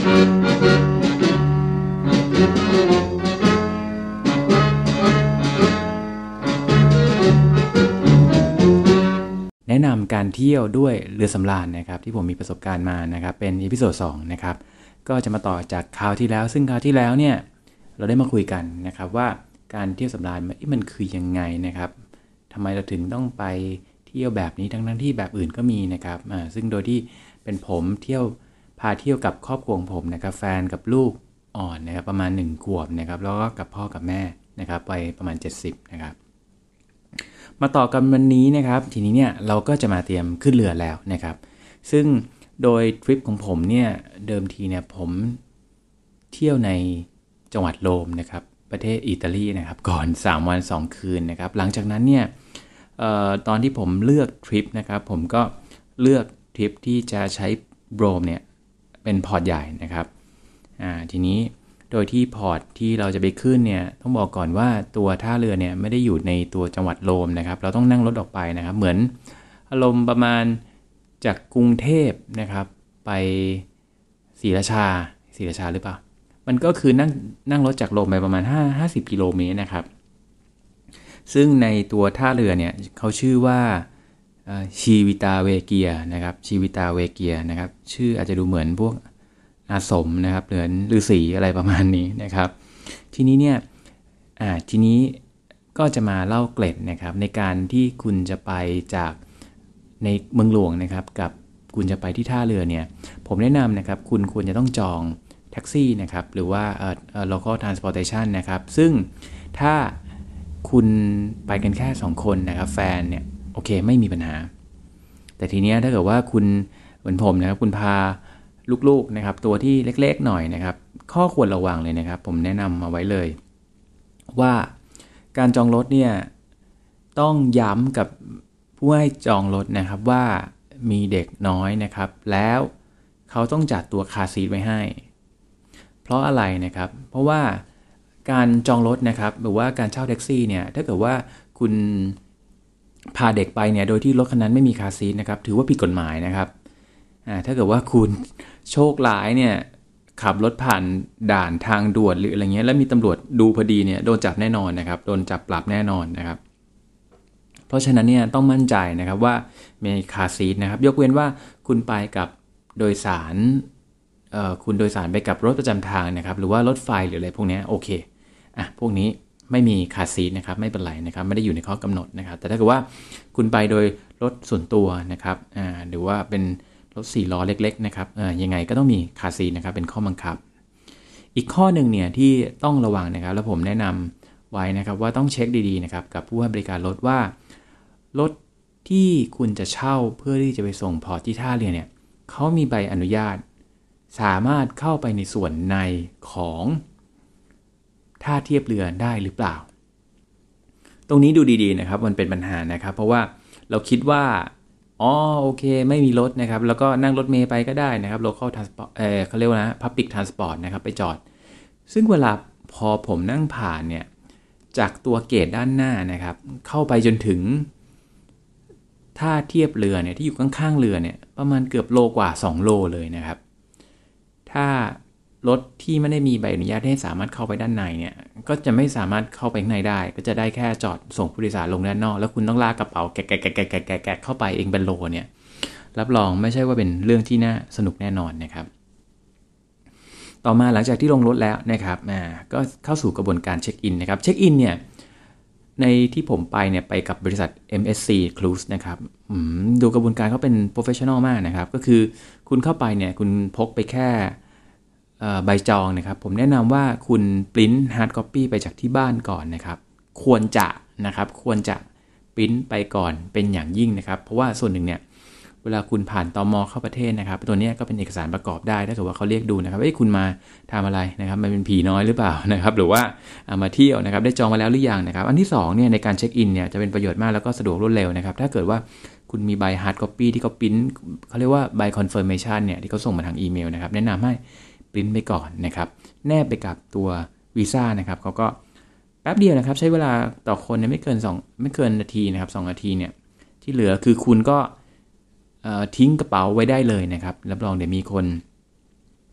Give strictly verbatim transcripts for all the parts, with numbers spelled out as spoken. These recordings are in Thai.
แนะนำการเที่ยวด้วยเรือสำราญนะครับที่ผมมีประสบการณ์มานะครับเป็นอีพิโซดสองนะครับก็จะมาต่อจากคราวที่แล้วซึ่งคราวที่แล้วเนี่ยเราได้มาคุยกันนะครับว่าการเที่ยวสำราญมันคือยังไงนะครับทำไมเราถึงต้องไปเที่ยวแบบนี้ทั้งๆที่แบบอื่นก็มีนะครับอ่าซึ่งโดยที่เป็นผมเที่ยวพาเที่ยวกับครอบครัวของผมนะครับแฟนกับลูกอ่อนนะครับประมาณหนึ่งขวบนะครับแล้วก็กับพ่อกับแม่นะครับไปประมาณเจ็ดสิบนะครับมาต่อกันวันนี้นะครับทีนี้เนี่ยเราก็จะมาเตรียมขึ้นเรือแล้วนะครับซึ่งโดยทริปของผมเนี่ยเดิมทีเนี่ยผมเที่ยวในจังหวัดโรมนะครับประเทศอิตาลีนะครับก่อนสามวันสองคืนนะครับหลังจากนั้นเนี่ยเอ่อตอนที่ผมเลือกทริปนะครับผมก็เลือกทริปที่จะใช้โรมเนี่ยเป็นพอร์ตใหญ่นะครับอ่าทีนี้โดยที่พอร์ตที่เราจะไปขึ้นเนี่ยต้องบอกก่อนว่าตัวท่าเรือเนี่ยไม่ได้อยู่ในตัวจังหวัดโรมนะครับเราต้องนั่งรถออกไปนะครับเหมือนอารมณ์ประมาณจากกรุงเทพนะครับไปศรีราชาศรีราชาหรือเปล่ามันก็คือนั่งนั่งรถจากโรมไปประมาณห้าสิบกิโลเมตรนะครับซึ่งในตัวท่าเรือเนี่ยเขาชื่อว่าชีวิตาเวเกียนะครับชีวิตาเวเกียนะครับชื่ออาจจะดูเหมือนพวกอาสมนะครับเหมือนฤาษีอะไรประมาณนี้นะครับทีนี้เนี่ยอ่าทีนี้ก็จะมาเล่าเกร็ดนะครับในการที่คุณจะไปจากในเมืองหลวงนะครับกับคุณจะไปที่ท่าเรือเนี่ยผมแนะนำนะครับคุณควรจะต้องจองแท็กซี่นะครับหรือว่าเอ่อเอ่อ local transportation นะครับซึ่งถ้าคุณไปกันแค่สองคนนะครับแฟนเนี่ยโอเคไม่มีปัญหาแต่ทีเนี้ยถ้าเกิดว่าคุณเหมือนผมนะครับคุณพาลูกๆนะครับตัวที่เล็กๆหน่อยนะครับข้อควรระวังเลยนะครับผมแนะนำมาไว้เลยว่าการจองรถเนี่ยต้องย้ำกับผู้ให้จองรถนะครับว่ามีเด็กน้อยนะครับแล้วเขาต้องจัดตัวคาร์ซีทไว้ให้เพราะอะไรนะครับเพราะว่าการจองรถนะครับหรือว่าการเช่าแท็กซี่เนี่ยถ้าเกิดว่าคุณพาเด็กไปเนี่ยโดยที่รถคันนั้นไม่มีคาร์ซีทนะครับถือว่าผิดกฎหมายนะครับอ่าถ้าเกิดว่าคุณโชคร้ายเนี่ยขับรถผ่านด่านทางด่วนหรืออะไรเงี้ยแล้วมีตำรวจดูพอดีเนี่ยโดนจับแน่นอนนะครับโดนจับปรับแน่นอนนะครับเพราะฉะนั้นเนี่ยต้องมั่นใจนะครับว่ามีคาร์ซีทนะครับยกเว้นว่าคุณไปกับโดยสารเอ่อคุณโดยสารไปกับรถประจำทางนะครับหรือว่ารถไฟหรืออะไรพวกนี้โอเคอ่ะพวกนี้ไม่มีคาร์ซีทนะครับไม่เป็นไรนะครับไม่ได้อยู่ในข้อกำหนดนะครับแต่ถ้าเกิดว่าคุณไปโดยรถส่วนตัวนะครับอ่าหรือว่าเป็นรถสี่ล้อเล็กๆนะครับเอ่อยังไงก็ต้องมีคาร์ซีทนะครับเป็นข้อบังคับอีกข้อหนึ่งเนี่ยที่ต้องระวังนะครับแล้วผมแนะนำไว้นะครับว่าต้องเช็คดีๆนะครับกับผู้ให้บริการรถว่ารถที่คุณจะเช่าเพื่อที่จะไปส่งพอร์ตที่ท่าเรือเนี่ยเขามีใบอนุญาตสามารถเข้าไปในส่วนในของท่าเทียบเรือได้หรือเปล่าตรงนี้ดูดีๆนะครับมันเป็นปัญหานะครับเพราะว่าเราคิดว่าอ๋อโอเคไม่มีรถนะครับแล้วก็นั่งรถเมล์ไปก็ได้นะครับ local transport เอ่อเขาเรียกว่านะ public transport นะครับไปจอดซึ่งเวลาพอผมนั่งผ่านเนี่ยจากตัวเกตด้านหน้านะครับเข้าไปจนถึงท่าเทียบเรือเนี่ยที่อยู่ข้างๆเรือเนี่ยประมาณเกือบโลกว่าสองโลเลยนะครับถ้ารถที่ไม่ได้มีใบอนุญาตให้สามารถเข้าไปด้านในเนี่ยก็จะไม่สามารถเข้าไปข้างในได้ก็จะได้แค่จอดส่งผู้โดยสารลงด้านนอกแล้วคุณต้องลากกระเป๋าแกะๆๆๆๆเข้าไปเองเป็นโลเนี่ยรับรองไม่ใช่ว่าเป็นเรื่องที่น่าสนุกแน่นอนนะครับต่อมาหลังจากที่ลงรถแล้วนะครับอ่าก็เข้าสู่กระบวนการเช็คอินนะครับเช็คอินเนี่ยในที่ผมไปเนี่ยไปกับบริษัท เอ็ม เอส ซี Cruise นะครับดูกระบวนการเขาเป็น professional มากนะครับก็คือคุณเข้าไปเนี่ยคุณพกไปแค่ใบจองนะครับผมแนะนำว่าคุณปริ้น hard copy ไปจากที่บ้านก่อนนะครับควรจะนะครับควรจะปริ้นไปก่อนเป็นอย่างยิ่งนะครับเพราะว่าส่วนหนึ่งเนี่ยเวลาคุณผ่านตม.เข้าประเทศนะครับตัวนี้ก็เป็นเอกสารประกอบได้ถ้าเกิดว่าเขาเรียกดูนะครับเอ้ยคุณมาทำอะไรนะครับมันเป็นผีน้อยหรือเปล่านะครับหรือว่ามาเที่ยวนะครับได้จองมาแล้วหรือยังนะครับอันที่สองเนี่ยในการเช็คอินเนี่ยจะเป็นประโยชน์มากแล้วก็สะดวกรวดเร็วนะครับถ้าเกิดว่าคุณมีใบ hard copy ที่เขาปริ้นเขาเรียกว่าใบ confirmation เนี่ยที่เขาส่งมาทางอีเมลนะครับแนะนำให้ปริ้นไปก่อนนะครับแนบไปกับตัววีซ่านะครับเขาก็แป๊บเดียวนะครับใช้เวลาต่อคนเนี่ยไม่เกินสองไม่เกินนาทีนะครับสองนาทีเนี่ยที่เหลือคือคุณก็ทิ้งกระเป๋าไว้ได้เลยนะครับรับรองเดี๋ยวมีคน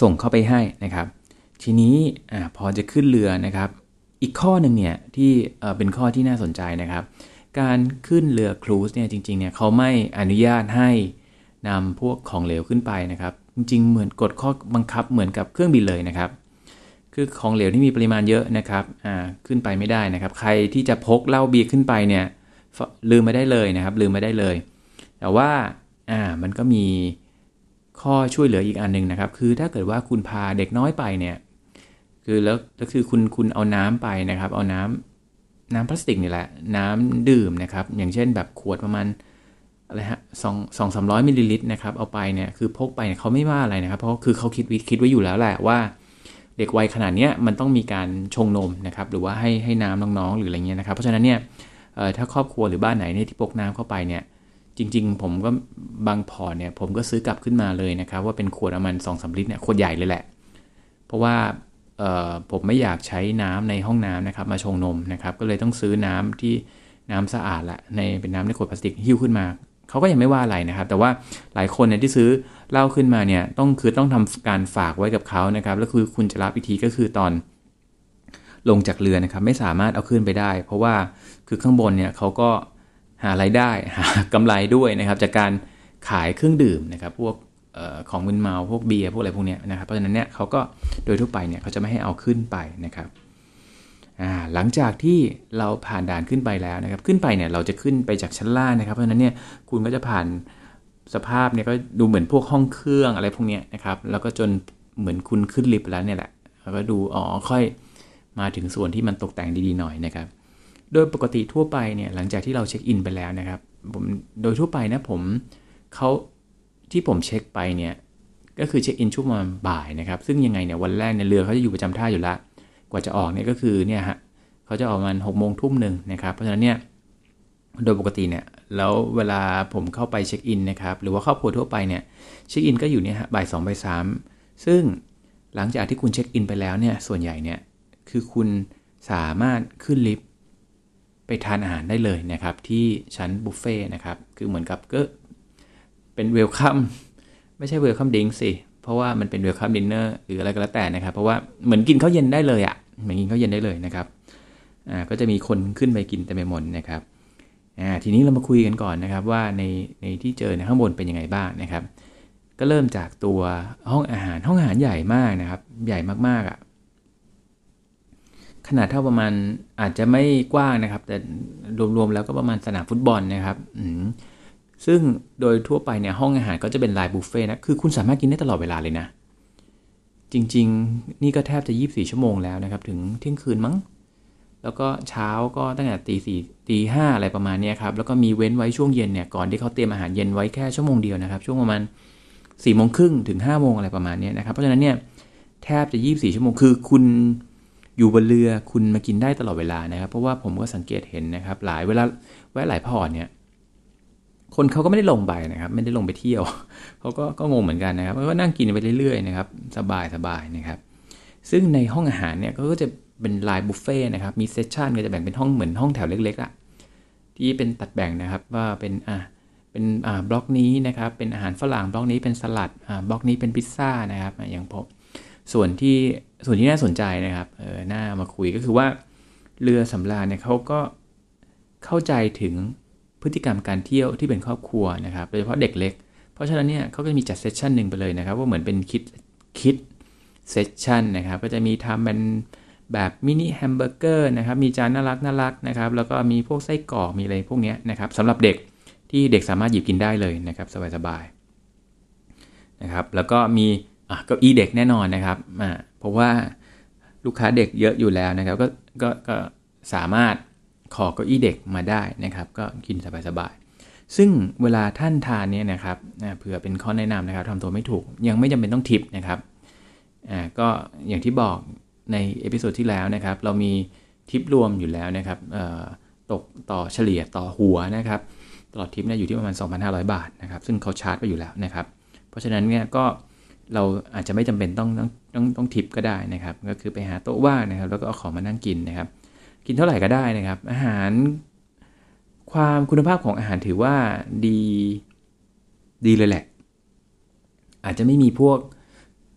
ส่งเข้าไปให้นะครับทีนี้อ่าพอจะขึ้นเรือนะครับอีกข้อหนึ่งเนี่ยที่เอ่อเป็นข้อที่น่าสนใจนะครับการขึ้นเรือครูซเนี่ยจริงๆเนี่ยเขาไม่อนุญาตให้นำพวกของเหลวขึ้นไปนะครับจริงๆเหมือนกฎข้อบังคับเหมือนกับเครื่องบินเลยนะครับคือของเหลวที่มีปริมาณเยอะนะครับอ่าขึ้นไปไม่ได้นะครับใครที่จะพกเหล้าเบียร์ขึ้นไปเนี่ยลืมไม่ได้เลยนะครับลืมไม่ได้เลยแต่ว่าอ่ามันก็มีข้อช่วยเหลืออีกอันนึงนะครับคือถ้าเกิดว่าคุณพาเด็กน้อยไปเนี่ยคือแล้วก็คือคุณคุณเอาน้ำไปนะครับเอาน้ำน้ำพลาสติกนี่แหละน้ำดื่มนะครับอย่างเช่นแบบขวดประมาณอะไรฮะสองสองสามร้อยมิลลิลิตรนะครับเอาไปเนี่ยคือพกไปเนี่ยเขาไม่ว่าอะไรนะครับเพราะคือเขาคิดวิคิดไว้อยู่แล้วแหละว่าเด็กวัยขนาดนี้มันต้องมีการชงนมนะครับหรือว่าให้ให้น้ำน้องๆหรืออะไรเงี้ยนะครับเพราะฉะนั้นเนี่ยถ้าครอบครัวหรือบ้านไหนเนี่ยที่พกน้ำเข้าไปเนี่ยจริงๆผมก็บางพอร์ตเนี่ยผมก็ซื้อกลับขึ้นมาเลยนะครับว่าเป็นขวดประมาณสองสามลิตรเนี่ยขวดใหญ่เลยแหละเพราะว่าผมไม่อยากใช้น้ำในห้องน้ำนะครับมาชงนมนะครับก็เลยต้องซื้อน้ำที่น้ำสะอาดละในเป็นน้ำในขวดพลาสติกหิ้วขึ้นมาเขาก็ยังไม่ว่าอะไรนะครับแต่ว่าหลายคนเนี่ยที่ซื้อเหล้าขึ้นมาเนี่ยต้องคือต้องทำการฝากไว้กับเขานะครับแล้วคือคุณจะรับวิธีก็คือตอนลงจากเรือนะครับไม่สามารถเอาขึ้นไปได้เพราะว่าคือข้างบนเนี่ยเขาก็หารายได้หากำไรด้วยนะครับจากการขายเครื่องดื่มนะครับพวกเอ่อของมึนเมาพวกเบียร์พวกอะไรพวกนี้นะครับเพราะฉะนั้นเนี่ยเขาก็โดยทั่วไปเนี่ยเขาจะไม่ให้เอาขึ้นไปนะครับหลังจากที่เราผ่านด่านขึ้นไปแล้วนะครับขึ้นไปเนี่ยเราจะขึ้นไปจากชั้นล่างนะครับเพราะฉะนั้นเนี่ยคุณก็จะผ่านสภาพเนี่ยก็ดูเหมือนพวกห้องเครื่องอะไรพวกนี้นะครับแล้วก็จนเหมือนคุณขึ้นลิฟต์แล้วเนี่ยแหละแล้วก็ดูอ๋อค่อยมาถึงส่วนที่มันตกแต่งดีๆหน่อยนะครับโดยปกติทั่วไปเนี่ยหลังจากที่เราเช็คอินไปแล้วนะครับผมโดยทั่วไปนะผมเขาที่ผมเช็คไปเนี่ยก็คือเช็คอินช่วงประมาณบ่ายนะครับซึ่งยังไงเนี่ยวันแรกเนี่ยเรือเขาจะอยู่ประจำท่าอยู่แล้วกว่าจะออกเนี่ยก็คือเนี่ยฮะเขาจะออกมาหกโมงทุ่มหนึ่งนะครับเพราะฉะนั้นเนี่ยโดยปกติเนี่ยแล้วเวลาผมเข้าไปเช็คอินนะครับหรือว่าครอบครัวทั่วไปเนี่ยเช็คอินก็อยู่เนี่ยฮะบ่ายสองบ่ายสามซึ่งหลังจากที่คุณเช็คอินไปแล้วเนี่ยส่วนใหญ่เนี่ยคือคุณสามารถขึ้นลิฟต์ไปทานอาหารได้เลยนะครับที่ชั้นบุฟเฟ่นะครับคือเหมือนกับก็เป็นเวลคัมไม่ใช่เวลคัมดิ้งสิเพราะว่ามันเป็นเวลคัมดินเนอร์หรืออะไรก็แล้วแต่นะครับเพราะว่าเหมือนกินข้าวเย็นได้เลยอ่ะเหมือนกินข้าวเย็นได้เลยนะครับอ่าก็จะมีคนขึ้นไปกินแต่ไม่หมดนะครับอ่าทีนี้เรามาคุยกันก่อนนะครับว่าในในที่เจอในข้างบนเป็นยังไงบ้างนะครับก็เริ่มจากตัวห้องอาหารห้องอาหารใหญ่มากนะครับใหญ่มากๆอ่ะขนาดเท่าประมาณอาจจะไม่กว้างนะครับแต่รวมๆแล้วก็ประมาณสนามฟุตบอลนะครับอืมซึ่งโดยทั่วไปเนี่ยห้องอาหารก็จะเป็นไลน์บุฟเฟ่ต์นะคือคุณสามารถกินได้ตลอดเวลาเลยนะจริงๆนี่ก็แทบจะยี่สิบสี่ชั่วโมงแล้วนะครับถึงเที่ยงคืนมั้งแล้วก็เช้าก็ตั้งแต่ตีสี่ตีห้าอะไรประมาณนี้ครับแล้วก็มีเว้นไว้ช่วงเย็นเนี่ยก่อนที่เขาเตรียมอาหารเย็นไว้แค่ชั่วโมงเดียวนะครับช่วงประมาณสี่โมงครึ่งถึงห้าโมงอะไรประมาณนี้นะครับเพราะฉะนั้นเนี่ยแทบจะยี่สิบสี่ชั่วโมงคือคุณอยู่บนเรือคุณมากินได้ตลอดเวลานะครับเพราะว่าผมก็สังเกตเห็นนะครับหลายเวลาแวะหลายพอร์ตเนี่ยคนเขาก็ไม่ได้ลงไปนะครับไม่ได้ลงไปเที่ยวเขาก็ก็งงเหมือนกันนะครับก็นั่งกินไปเรื่อยๆนะครับสบายสบายนะครับซึ่งในห้องอาหารเนี่ยก็จะเป็นไลน์บุฟเฟ่นะครับมีเซสชันก็จะแบ่งเป็นห้องเหมือนห้องแถวเล็กๆอ่ะที่เป็นตัดแบ่งนะครับว่าเป็นอ่าเป็นอ่าบล็อกนี้นะครับเป็นอาหารฝรั่งบล็อกนี้เป็นสลัดอ่าบล็อกนี้เป็นพิซซ่านะครับอย่างผมส่วนที่ส่วนที่น่าสนใจนะครับเออน่ามาคุยก็คือว่าเรือสำราญเนี่ยเขาก็เข้าใจถึงพฤติกรรมการเที่ยวที่เป็นครอบครัวนะครับโดยเฉพาะเด็กเล็กเพราะฉะนั้นเนี่ยเขาก็มีจัดเซสชันหนึ่งไปเลยนะครับว่าเหมือนเป็นคิดคิดเซสชันนะครับก็จะมีทำเป็นแบบมินิแฮมเบอร์เกอร์นะครับมีจานน่ารักน่ารักนะครับแล้วก็มีพวกไส้กรอกมีอะไรพวกนี้นะครับสำหรับเด็กที่เด็กสามารถหยิบกินได้เลยนะครับสบายๆนะครับแล้วก็มีเก้าอี้เด็กแน่นอนนะครับอ่าเพราะว่าลูกค้าเด็กเยอะอยู่แล้วนะครับก็ก็ก็สามารถขอเก้าอี้เด็กมาได้นะครับก็กินสบายๆซึ่งเวลาท่านทานเนี่ยนะครับเผื่อเป็นข้อแนะนำนะครับทำตัวไม่ถูกยังไม่จำเป็นต้องทิปนะครับอ่าก็อย่างที่บอกในเอพิโซดที่แล้วนะครับเรามีทิปรวมอยู่แล้วนะครับตกต่อเฉลี่ยต่อหัวนะครับตลอดทิปเนี่ยอยู่ที่ประมาณ สองพันห้าร้อย บาทนะครับซึ่งเขาชาร์จไปอยู่แล้วนะครับเพราะฉะนั้นเนี่ยก็เราอาจจะไม่จำเป็นต้องต้องต้องต้องทิปก็ได้นะครับก็คือไปหาโต๊ะว่างนะครับแล้วก็เอาของมานั่งกินนะครับกินเท่าไหร่ก็ได้นะครับอาหารความคุณภาพของอาหารถือว่าดีดีเลยแหละอาจจะไม่มีพวก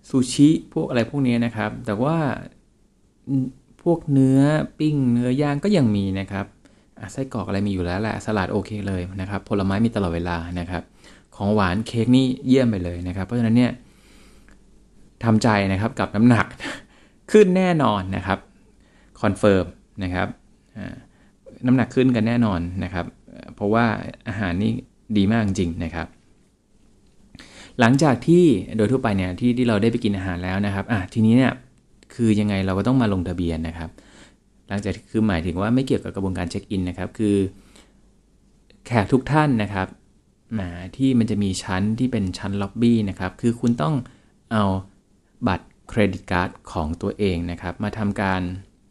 ซูชิพวกอะไรพวกนี้นะครับแต่ว่าพวกเนื้อปิ้งเนื้อย่างก็ยังมีนะครับไส้กรอกอะไรมีอยู่แล้วแหละสลัดโอเคเลยนะครับผลไม้มีตลอดเวลานะครับของหวานเค้กนี่เยี่ยมไปเลยนะครับเพราะฉะนั้นเนี่ยทำใจนะครับกับน้ำหนักขึ้นแน่นอนนะครับคอนเฟิร์มนะครับน้ำหนักขึ้นกันแน่นอนนะครับเพราะว่าอาหารนี่ดีมากจริงนะครับหลังจากที่โดยทั่วไปเนี่ยที่ที่เราได้ไปกินอาหารแล้วนะครับอ่ะทีนี้เนี่ยคือยังไงเราก็ต้องมาลงทะเบียนนะครับหลังจากคือหมายถึงว่าไม่เกี่ยวกับกระบวนการเช็คอินนะครับคือแขกทุกท่านนะครับมาที่มันจะมีชั้นที่เป็นชั้นล็อบบี้นะครับคือคุณต้องเอาบัตรเครดิตการ์ดของตัวเองนะครับมาทำการ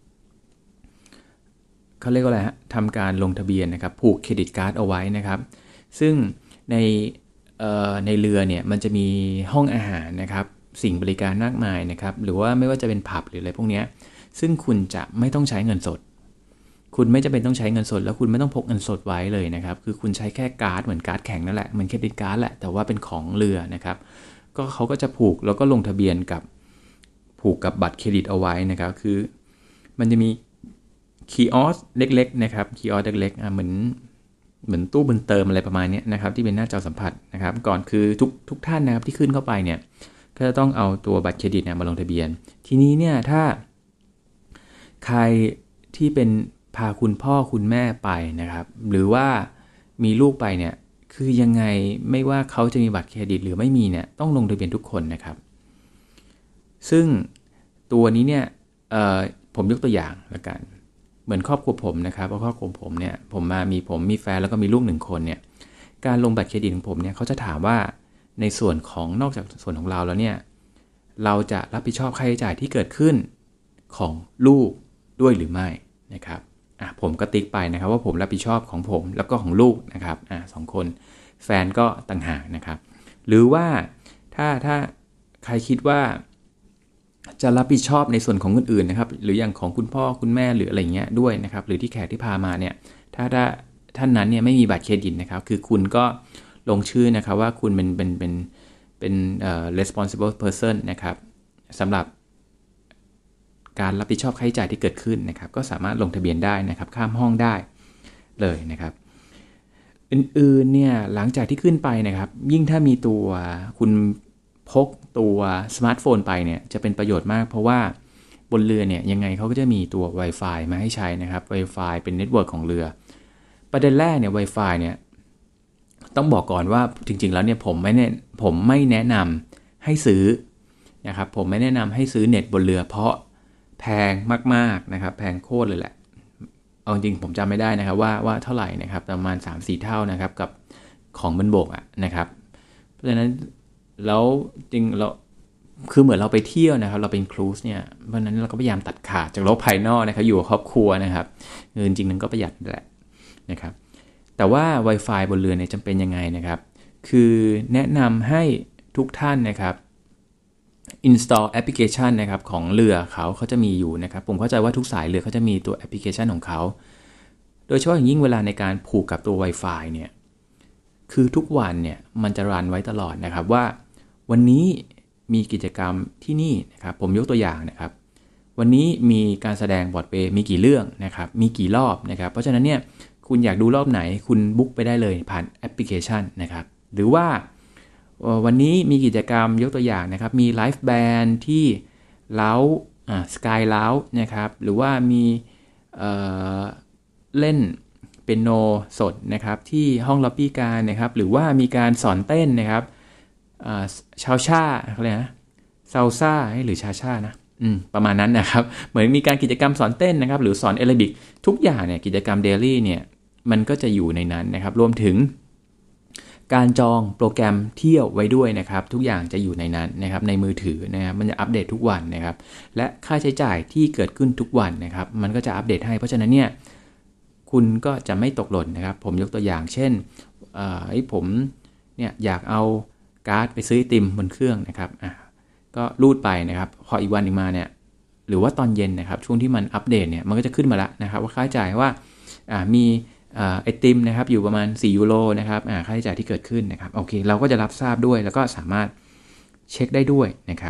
เขาเรียกว่าอะไรฮะทำการลงทะเบียนนะครับผูกเครดิตการ์ดเอาไว้นะครับซึ่งในในเรือเนี่ยมันจะมีห้องอาหารนะครับสิ่งบริการมากมายนะครับหรือว่าไม่ว่าจะเป็นผับหรืออะไรพวกนี้ซึ่งคุณจะไม่ต้องใช้เงินสดคุณไม่จำเป็นต้องใช้เงินสดแล้วคุณไม่ต้องพกเงินสดไว้เลยนะครับคือคุณใช้แค่การ์ดเหมือนการ์ดแข็งนั่นแหละเหมือนเครดิตการ์ดแหละแต่ว่าเป็นของเรือนะครับก็เขาก็จะผูกแล้วก็ลงทะเบียนกับผูกกับบัตรเครดิตเอาไว้นะครับคือมันจะมีคีออสเล็กๆนะครับคีออสเล็กๆอ่ะเหมือนเหมือนตู้บุญเติมอะไรประมาณนี้นะครับที่เป็นหน้าจอสัมผัสนะครับก่อนคือทุกทุกท่านนะครับที่ขึ้นเข้าไปเนี่ยก็จะต้องเอาตัวบัตรเครดิตเนี่ยมาลงทะเบียนทีนี้เนี่ยถ้าใครที่เป็นพาคุณพ่อคุณแม่ไปนะครับหรือว่ามีลูกไปเนี่ยคือยังไงไม่ว่าเขาจะมีบัตรเครดิตหรือไม่มีเนี่ยต้องลงทะเบียนทุกคนนะครับซึ่งตัวนี้เนี่ยผมยกตัวอย่างละกันเหมือนครอบครัวผมนะครับเพราะครอบครัวผมเนี่ยผมมามีผมมีแฟนแล้วก็มีลูกหนึ่งคนเนี่ยการลงบัตรเครดิตของผมเนี่ยเขาจะถามว่าในส่วนของนอกจากส่วนของเราแล้วเนี่ยเราจะรับผิดชอบค่าใช้จ่ายที่เกิดขึ้นของลูกด้วยหรือไม่นะครับอ่ะผมก็ติ๊กไปนะครับว่าผมรับผิดชอบของผมแล้วก็ของลูกนะครับอ่ะสองคนแฟนก็ต่างหากนะครับหรือว่าถ้าถ้าใครคิดว่าจะรับผิดชอบในส่วนของคนอื่นนะครับหรืออย่างของคุณพ่อคุณแม่หรืออะไรเงี้ยด้วยนะครับหรือที่แขกที่พามาเนี่ยถ้าถ้าท่านนั้นเนี่ยไม่มีบัตรเครดิตนะครับคือคุณก็ลงชื่อนะครับว่าคุณเป็นเป็นเป็นเป็นเอ่อ responsible person นะครับสำหรับการรับผิดชอบค่าใช้จ่ายที่เกิดขึ้นนะครับก็สามารถลงทะเบียนได้นะครับข้ามห้องได้เลยนะครับอื่นๆเนี่ยหลังจากที่ขึ้นไปนะครับยิ่งถ้ามีตัวคุณพกตัวสมาร์ทโฟนไปเนี่ยจะเป็นประโยชน์มากเพราะว่าบนเรือเนี่ยยังไงเขาก็จะมีตัว Wi-Fi มาให้ใช้นะครับ Wi-Fi เป็นเน็ตเวิร์กของเรือประเด็นแรกเนี่ย Wi-Fi เนี่ยต้องบอกก่อนว่าจริงๆแล้วเนี่ยผมไม่แนะผมไม่แนะนำให้ซื้อนะครับผมไม่แนะนำให้ซื้อเน็ตบนเรือเพราะแพงมากๆนะครับแพงโคตรเลยแหละเอาจริงผมจำไม่ได้นะครับว่าว่าเท่าไหร่นะครับประมาณ สามสี่ เท่านะครับกับของบนบกอ่ะนะครับเพราะฉะนั้นแล้วจริงเราคือเหมือนเราไปเที่ยวนะครับเราเป็นครูซเนี่ยเพราะนั้นเราก็พยายามตัดขาดจากโลกภายนอกนะครับอยู่กับครอบครัวนะครับเงินจริงนั้นก็ประหยัดแหละนะครับแต่ว่า Wi-Fi บนเรือเนี่ยจำเป็นยังไงนะครับคือแนะนำให้ทุกท่านนะครับ install แอปพลิเคชันนะครับของเรือเขาเขาจะมีอยู่นะครับผมเข้าใจว่าทุกสายเรือเขาจะมีตัวแอปพลิเคชันของเขาโดยเฉพาะอย่างยิ่งเวลาในการผูกกับตัว Wi-Fi เนี่ยคือทุกวันเนี่ยมันจะรันไว้ตลอดนะครับว่าวันนี้มีกิจกรรมที่นี่นะครับผมยกตัวอย่างนะครับวันนี้มีการแสดงบอร์ดเวย์มีกี่เรื่องนะครับมีกี่รอบนะครับเพราะฉะนั้นเนี่ยคุณอยากดูรอบไหนคุณบุ๊กไปได้เลยผ่านแอปพลิเคชันนะครับหรือว่าวันนี้มีกิจกรรมยกตัวอย่างนะครับมีไลฟ์แบนด์ที่เล้าอ่าสกายเล้านะครับหรือว่ามีเอ่อเล่นเปียโนสดนะครับที่ห้องล็อบบี้การนะครับหรือว่ามีการสอนเต้นนะครับชาวชาอะไรนะซาลซ่าหรือชาชานะอืมประมาณนั้นนะครับเหมือนมีการกิจกรรมสอนเต้นนะครับหรือสอนแอโรบิกทุกอย่างเนี่ยกิจกรรมเดลี่เนี่ยมันก็จะอยู่ในนั้นนะครับรวมถึงการจองโปรแกรมเที่ยวไว้ด้วยนะครับทุกอย่างจะอยู่ในนั้นนะครับในมือถือนะครับมันจะอัปเดตทุกวันนะครับและค่าใช้จ่ายที่เกิดขึ้นทุกวันนะครับมันก็จะอัปเดตให้เพราะฉะนั้นเนี่ยคุณก็จะไม่ตกหล่นนะครับผมยกตัวอย่างเช่นเอ่อไอ้ผมเนี่ยอยากเอาการ์ดไปซื้อไอติมบนเครื่องนะครับอ่ะก็รูดไปนะครับพออีกวันอีกมาเนี่ยหรือว่าตอนเย็นนะครับช่วงที่มันอัปเดตเนี่ยมันก็จะขึ้นมาแล้วนะครับว่าค่าใช้จ่ายว่าอ่ามีไอติมนะครับอยู่ประมาณสี่ยูโรนะครับค่าใช้จ่ายที่เกิดขึ้นนะครับโอเคเราก็จะรับทราบด้วยแล้วก็สามารถเช็คได้ด้วยนะครับ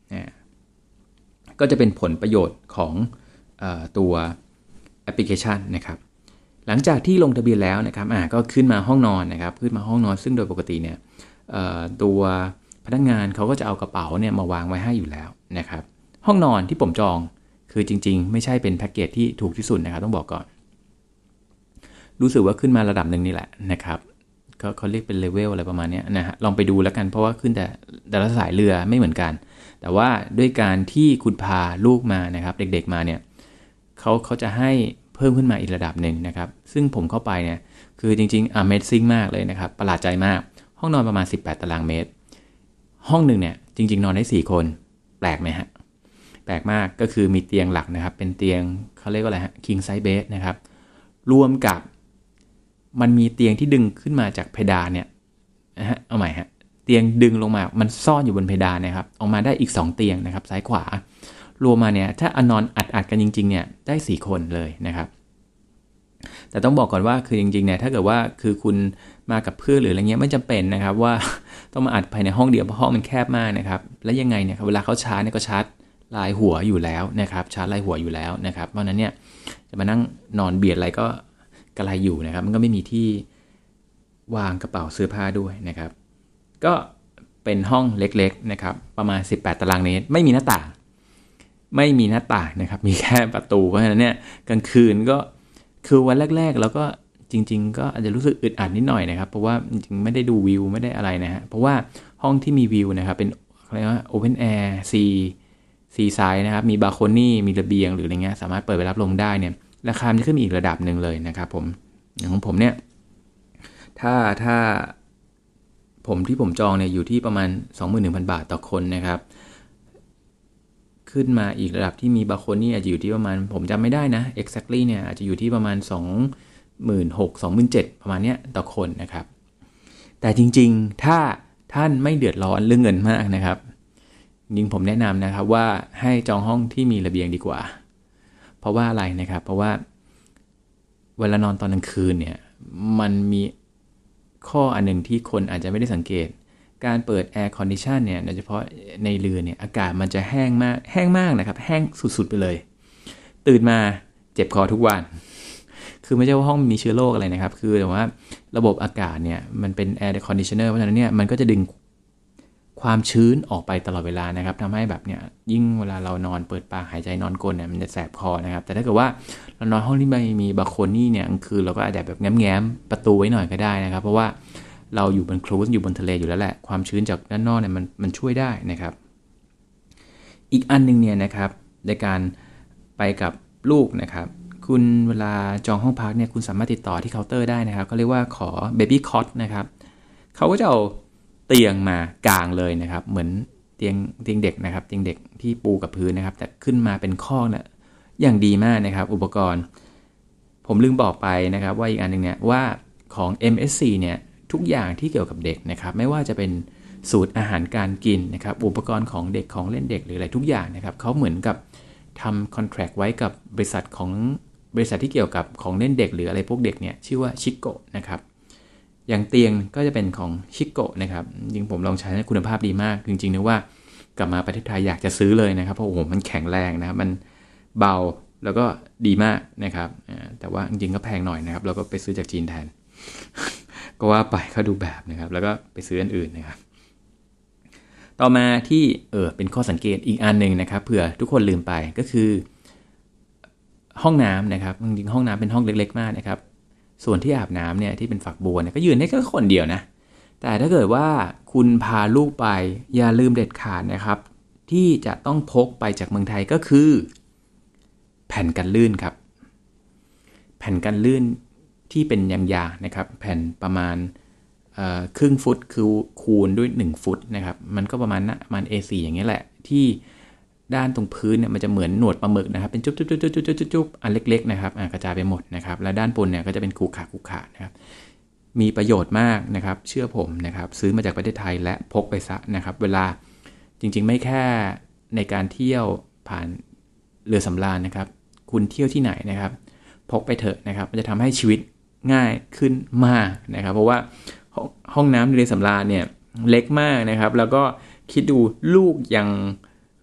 ก็จะเป็นผลประโยชน์ของเอ่อตัวแอปพลิเคชันนะครับหลังจากที่ลงทะเบียนแล้วนะครับอ่าก็ขึ้นมาห้องนอนนะครับขึ้นมาห้องนอนซึ่งโดยปกติเนี่ยเอ่อตัวพนักงานเขาก็จะเอากระเป๋าเนี่ยมาวางไว้ให้อยู่แล้วนะครับห้องนอนที่ผมจองคือจริงๆไม่ใช่เป็นแพ็กเกจที่ถูกที่สุดนะครับต้องบอกก่อนรู้สึกว่าขึ้นมาระดับหนึ่งนี่แหละนะครับเขาเขาเรียกเป็นเลเวลอะไรประมาณนี้นะฮะลองไปดูแล้วกันเพราะว่าขึ้นแต่แต่ละสายเรือไม่เหมือนกันแต่ว่าด้วยการที่คุณพาลูกมานะครับเด็กๆมาเนี่ยเขาเขาจะให้เพิ่มขึ้นมาอีกระดับหนึ่งนะครับซึ่งผมเข้าไปเนี่ยคือจริงๆ Amazing มากเลยนะครับประหลาดใจมากห้องนอนประมาณสิบแปดตารางเมตรห้องหนึ่งเนี่ยจริงๆนอนได้สี่คนแปลกไหมฮะแปลกมากก็คือมีเตียงหลักนะครับเป็นเตียงเขาเรียกว่าอะไรฮะ King size bed นะครับรวมกับมันมีเตียงที่ดึงขึ้นมาจากเพดานเนี่ยนะฮะเอาใหม่ฮะเตียงดึงลงมามันซ่อนอยู่บนเพดานนะครับออกมาได้อีกสองเตียงนะครับซ้ายขวารวมมาเนี่ยถ้าอนอนอัดๆกันจริงๆเนี่ยได้สี่คนเลยนะครับแต่ต้องบอกก่อนว่าคือจริงๆเนี่ยถ้าเกิดว่าคือคุณมากับเพื่อนหรืออะไรเงี้ยไม่จำเป็นนะครับว่าต้องมาอัดภายในห้องเดียวเพราะห้องมันแคบมากนะครับแล้วยังไงเนี่ยเวลาเขาชาร์จเนี่ยก็ชาร์จลายหัวอยู่แล้วนะครับชาร์จลายหัวอยู่แล้วนะครับเพราะนั้นเนี่ยจะมานั่งนอนเบียดอะไรก็กระไรอยู่นะครับมันก็ไม่มีที่วางกระเป๋าเสื้อผ้าด้วยนะครับก็เป็นห้องเล็กๆนะครับประมาณสิบแปดตารางเมตรไม่มีหน้าต่างไม่มีหน้าต่างนะครับมีแค่ประตูเพราะฉะนั้นเนี่ยกลางคืนก็คือวันแรกๆแล้วก็จริงๆก็อาจจะรู้สึกอึดอัดนิดหน่อยนะครับเพราะว่าจริงๆไม่ได้ดูวิวไม่ได้อะไรนะฮะเพราะว่าห้องที่มีวิวนะครับเป็นอะไรว่าโอเพนแอร์ซีซีไซด์นะครับมีบาโคนี่มีระเบียงหรืออะไรเงี้ยสามารถเปิดไปรับลมได้เนี่ยราคาจะขึ้นอีกระดับหนึ่งเลยนะครับผมอย่างของผมเนี่ยถ้าถ้าผมที่ผมจองเนี่ยอยู่ที่ประมาณ สองหมื่นหนึ่งพัน บาทต่อคนนะครับขึ้นมาอีกระดับที่มีบาโคนี่อาจจะอยู่ที่ประมาณผมจำไม่ได้นะ exactly เนี่ยอาจจะอยู่ที่ประมาณ สองหมื่นหกพัน สองหมื่นเจ็ดพัน ประมาณเนี้ยต่อคนนะครับแต่จริงๆถ้าท่านไม่เดือดร้อนเรื่องเงินมากนะครับจริงผมแนะนำนะครับว่าให้จองห้องที่มีระเบียงดีกว่าเพราะว่าอะไรนะครับเพราะว่าเวลานอนตอนกลางคืนเนี่ยมันมีข้ออันหนึ่งที่คนอาจจะไม่ได้สังเกตการเปิดแอร์คอนดิชันเนี่ยโดยเฉพาะในเรือเนี่ยอากาศมันจะแห้งมากแห้งมากนะครับแห้งสุดๆไปเลยตื่นมาเจ็บคอทุกวันคือไม่ใช่ว่าห้องมีเชื้อโรคอะไรนะครับคือแต่ว่าระบบอากาศเนี่ยมันเป็นแอร์คอนดิชันเนอร์เพราะฉะนั้นเนี่ยมันก็จะดึงความชื้นออกไปตลอดเวลานะครับทำให้แบบเนี่ยยิ่งเวลาเรานอนเปิดปากหายใจนอนกลนเนี่ยมันจะแสบคอนะครับแต่ถ้าเกิดว่าเรานอนห้องที่ไม่มีบาโคนี่เนี่ยคือเราก็อาจจะแบบแง้มๆประตูไว้หน่อยก็ได้นะครับเพราะว่าเราอยู่บนครูซอยู่บนทะเลอยู่แล้วแหละความชื้นจากด้านนอกเนี่ยมันมันช่วยได้นะครับอีกอันนึงเนี่ยนะครับในการไปกับลูกนะครับคุณเวลาจองห้องพักเนี่ยคุณสามารถติดต่อที่เคาน์เตอร์ได้นะครับเขาเรียกว่าขอ baby cot นะครับเขาก็จะเอาเตียงมากางเลยนะครับเหมือนเตียงเตียงเด็กนะครับเตียงเด็กที่ปูกับพื้นนะครับแต่ขึ้นมาเป็นคอกเนี่ยอย่างดีมากนะครับอุปกรณ์ผมลืมบอกไปนะครับว่าอีกอันนึงเนี่ยว่าของ เอ็ม เอส ซี เนี่ยทุกอย่างที่เกี่ยวกับเด็กนะครับไม่ว่าจะเป็นสูตรอาหารการกินนะครับอุปกรณ์ของเด็กของเล่นเด็กหรืออะไรทุกอย่างนะครับเขาเหมือนกับทำคอนแทรคไว้กับบริษัทของบริษัทที่เกี่ยวกับของเล่นเด็กหรืออะไรพวกเด็กเนี่ยชื่อว่าชิโกะนะครับอย่างเตียงก็จะเป็นของชิโกะนะครับจริงผมลองใช้คุณภาพดีมากจริงๆนะว่ากลับมาประเทศไทยอยากจะซื้อเลยนะครับเพราะโอ้โหมันแข็งแรงนะครับมันเบาแล้วก็ดีมากนะครับแต่ว่าจริงๆก็แพงหน่อยนะครับแล้วก็ไปซื้อจากจีนแทนก็ว่าไปเขาดูแบบนะครับแล้วก็ไปซื้ออันอื่นนะครับต่อมาที่เออเป็นข้อสังเกตอีกอันหนึ่งนะครับเผื่อทุกคนลืมไปก็คือห้องน้ำนะครับจริงๆห้องน้ำเป็นห้องเล็กๆมากนะครับส่วนที่อาบน้ำเนี่ยที่เป็นฝักบัวเนี่ยก็ยืนได้แค่คนเดียวนะแต่ถ้าเกิดว่าคุณพาลูกไปอย่าลืมเด็ดขาดนะครับที่จะต้องพกไปจากเมืองไทยก็คือแผ่นกันลื่นครับแผ่นกันลื่นที่เป็นยางๆนะครับแผ่นประมาณครึ่งฟุตคือคูณด้วยหนึ่งฟุตนะครับมันก็ประมาณนะประมาณ เอ โฟร์ อย่างเงี้ยแหละที่ด้านตรงพื้นเนี่ยมันจะเหมือนหนวดปลาหมึกนะครับเป็นจุ๊บๆๆๆๆๆอันเล็กๆนะครับกระจายไปหมดนะครับและด้านบนเนี่ยก็จะเป็นขูขาขูขานะครับมีประโยชน์มากนะครับเชื่อผมนะครับซื้อมาจากประเทศไทยและพกไปซะนะครับเวลาจริงๆไม่แค่ในการเที่ยวผ่านเรือสำราญนะครับคุณเที่ยวที่ไหนนะครับพกไปเถอะนะครับมันจะทำให้ชีวิตง่ายขึ้นมากนะครับเพราะว่าห้องน้ำในเรือสำราญเนี่ยเล็กมากนะครับแล้วก็คิดดูลูกยัง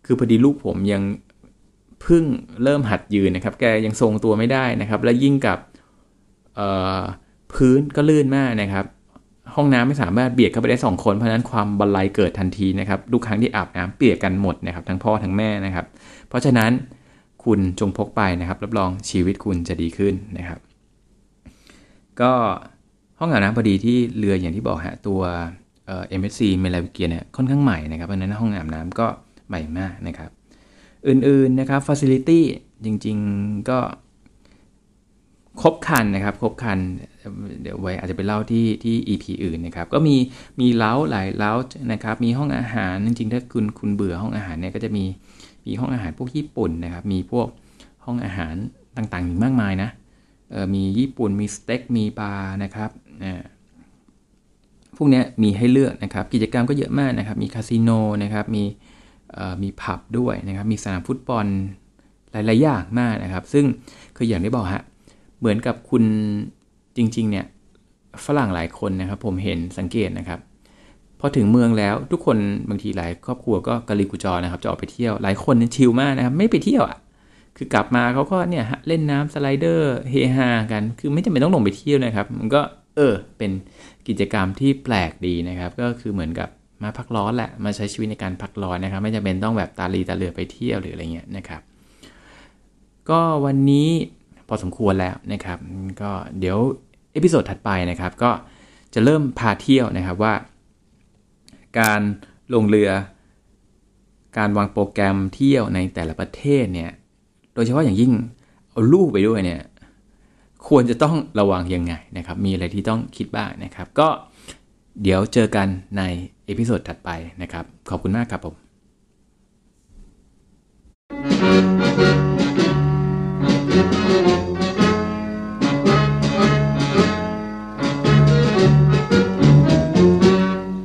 คือพอดีลูกผมยังเพิ่งเริ่มหัดยืนนะครับแกยังทรงตัวไม่ได้นะครับและยิ่งกับพื้นก็ลื่นมากนะครับห้องน้ำไม่สามารถเบียดเข้าไปได้สองคนเพราะฉะนั้นความบันไลเกิดทันทีนะครับทุกครั้งที่อาบน้ำเปียกกันหมดนะครับทั้งพ่อทั้งแม่นะครับเพราะฉะนั้นคุณจงพกไปนะครับรับรองชีวิตคุณจะดีขึ้นนะครับก็ห้องอาบน้ำพอดีที่เรืออย่างที่บอกฮะตัวเอ่อ เอ็ม เอส ซี Melaviglia เนี่ยค่อนข้างใหม่นะครับเพราะฉะนั้นห้องอาบน้ำก็ใหม่มากนะครับอื่นๆนะครับ facility จริงๆก็ครบครันนะครับครบครันเดี๋ยวไว้อาจจะไปเล่าที่ที่ อี พี อื่นนะครับก็มีมีเล้าหลายเล้านะครับมีห้องอาหารจริงๆถ้าคุณคุณเบื่อห้องอาหารเนี่ยก็จะมีมีห้องอาหารพวกญี่ปุ่นนะครับมีพวกห้องอาหารต่างๆอีกมากมายนะเอ่อมีญี่ปุ่นมีสเต็กมีบาร์นะครับอ่าพวกนี้มีให้เลือกนะครับกิจกรรมก็เยอะมากนะครับมีคาสิโนนะครับมีเอ่อมีผับด้วยนะครับมีสนามฟุตบอลหลายๆอย่างมากนะครับซึ่งคืออย่างที่บอกฮะเหมือนกับคุณจริงๆเนี่ยฝรั่งหลายคนนะครับผมเห็นสังเกตนะครับพอถึงเมืองแล้วทุกคนบางทีหลายครอบครัวก็กะลีกุจอนะครับจะออกไปเที่ยวหลายคนเนี่ยชิลมากนะครับไม่ไปเที่ยวอ่ะคือกลับมาเขาก็เนี่ยเล่นน้ำสไลเดอร์เฮฮากันคือไม่จำเป็นต้องลงไปเที่ยวนะครับมันก็เออเป็นกิจกรรมที่แปลกดีนะครับก็คือเหมือนกับมาพักร้อนแหละมาใช้ชีวิตในการพักร้อนนะครับไม่จำเป็นต้องแบบตาลีตาเหลือไปเที่ยวหรืออะไรเงี้ยนะครับก็วันนี้พอสมควรแล้วนะครับก็เดี๋ยวเอพิโซดถัดไปนะครับก็จะเริ่มพาเที่ยวนะครับว่าการลงเรือการวางโปรแกรมเที่ยวในแต่ละประเทศเนี่ยโดยเฉพาะอย่างยิ่งเอาลูกไปด้วยเนี่ยควรจะต้องระวังยังไงนะครับมีอะไรที่ต้องคิดบ้างนะครับก็เดี๋ยวเจอกันในเอพิโซดถัดไปนะครับขอบคุณมากครับผม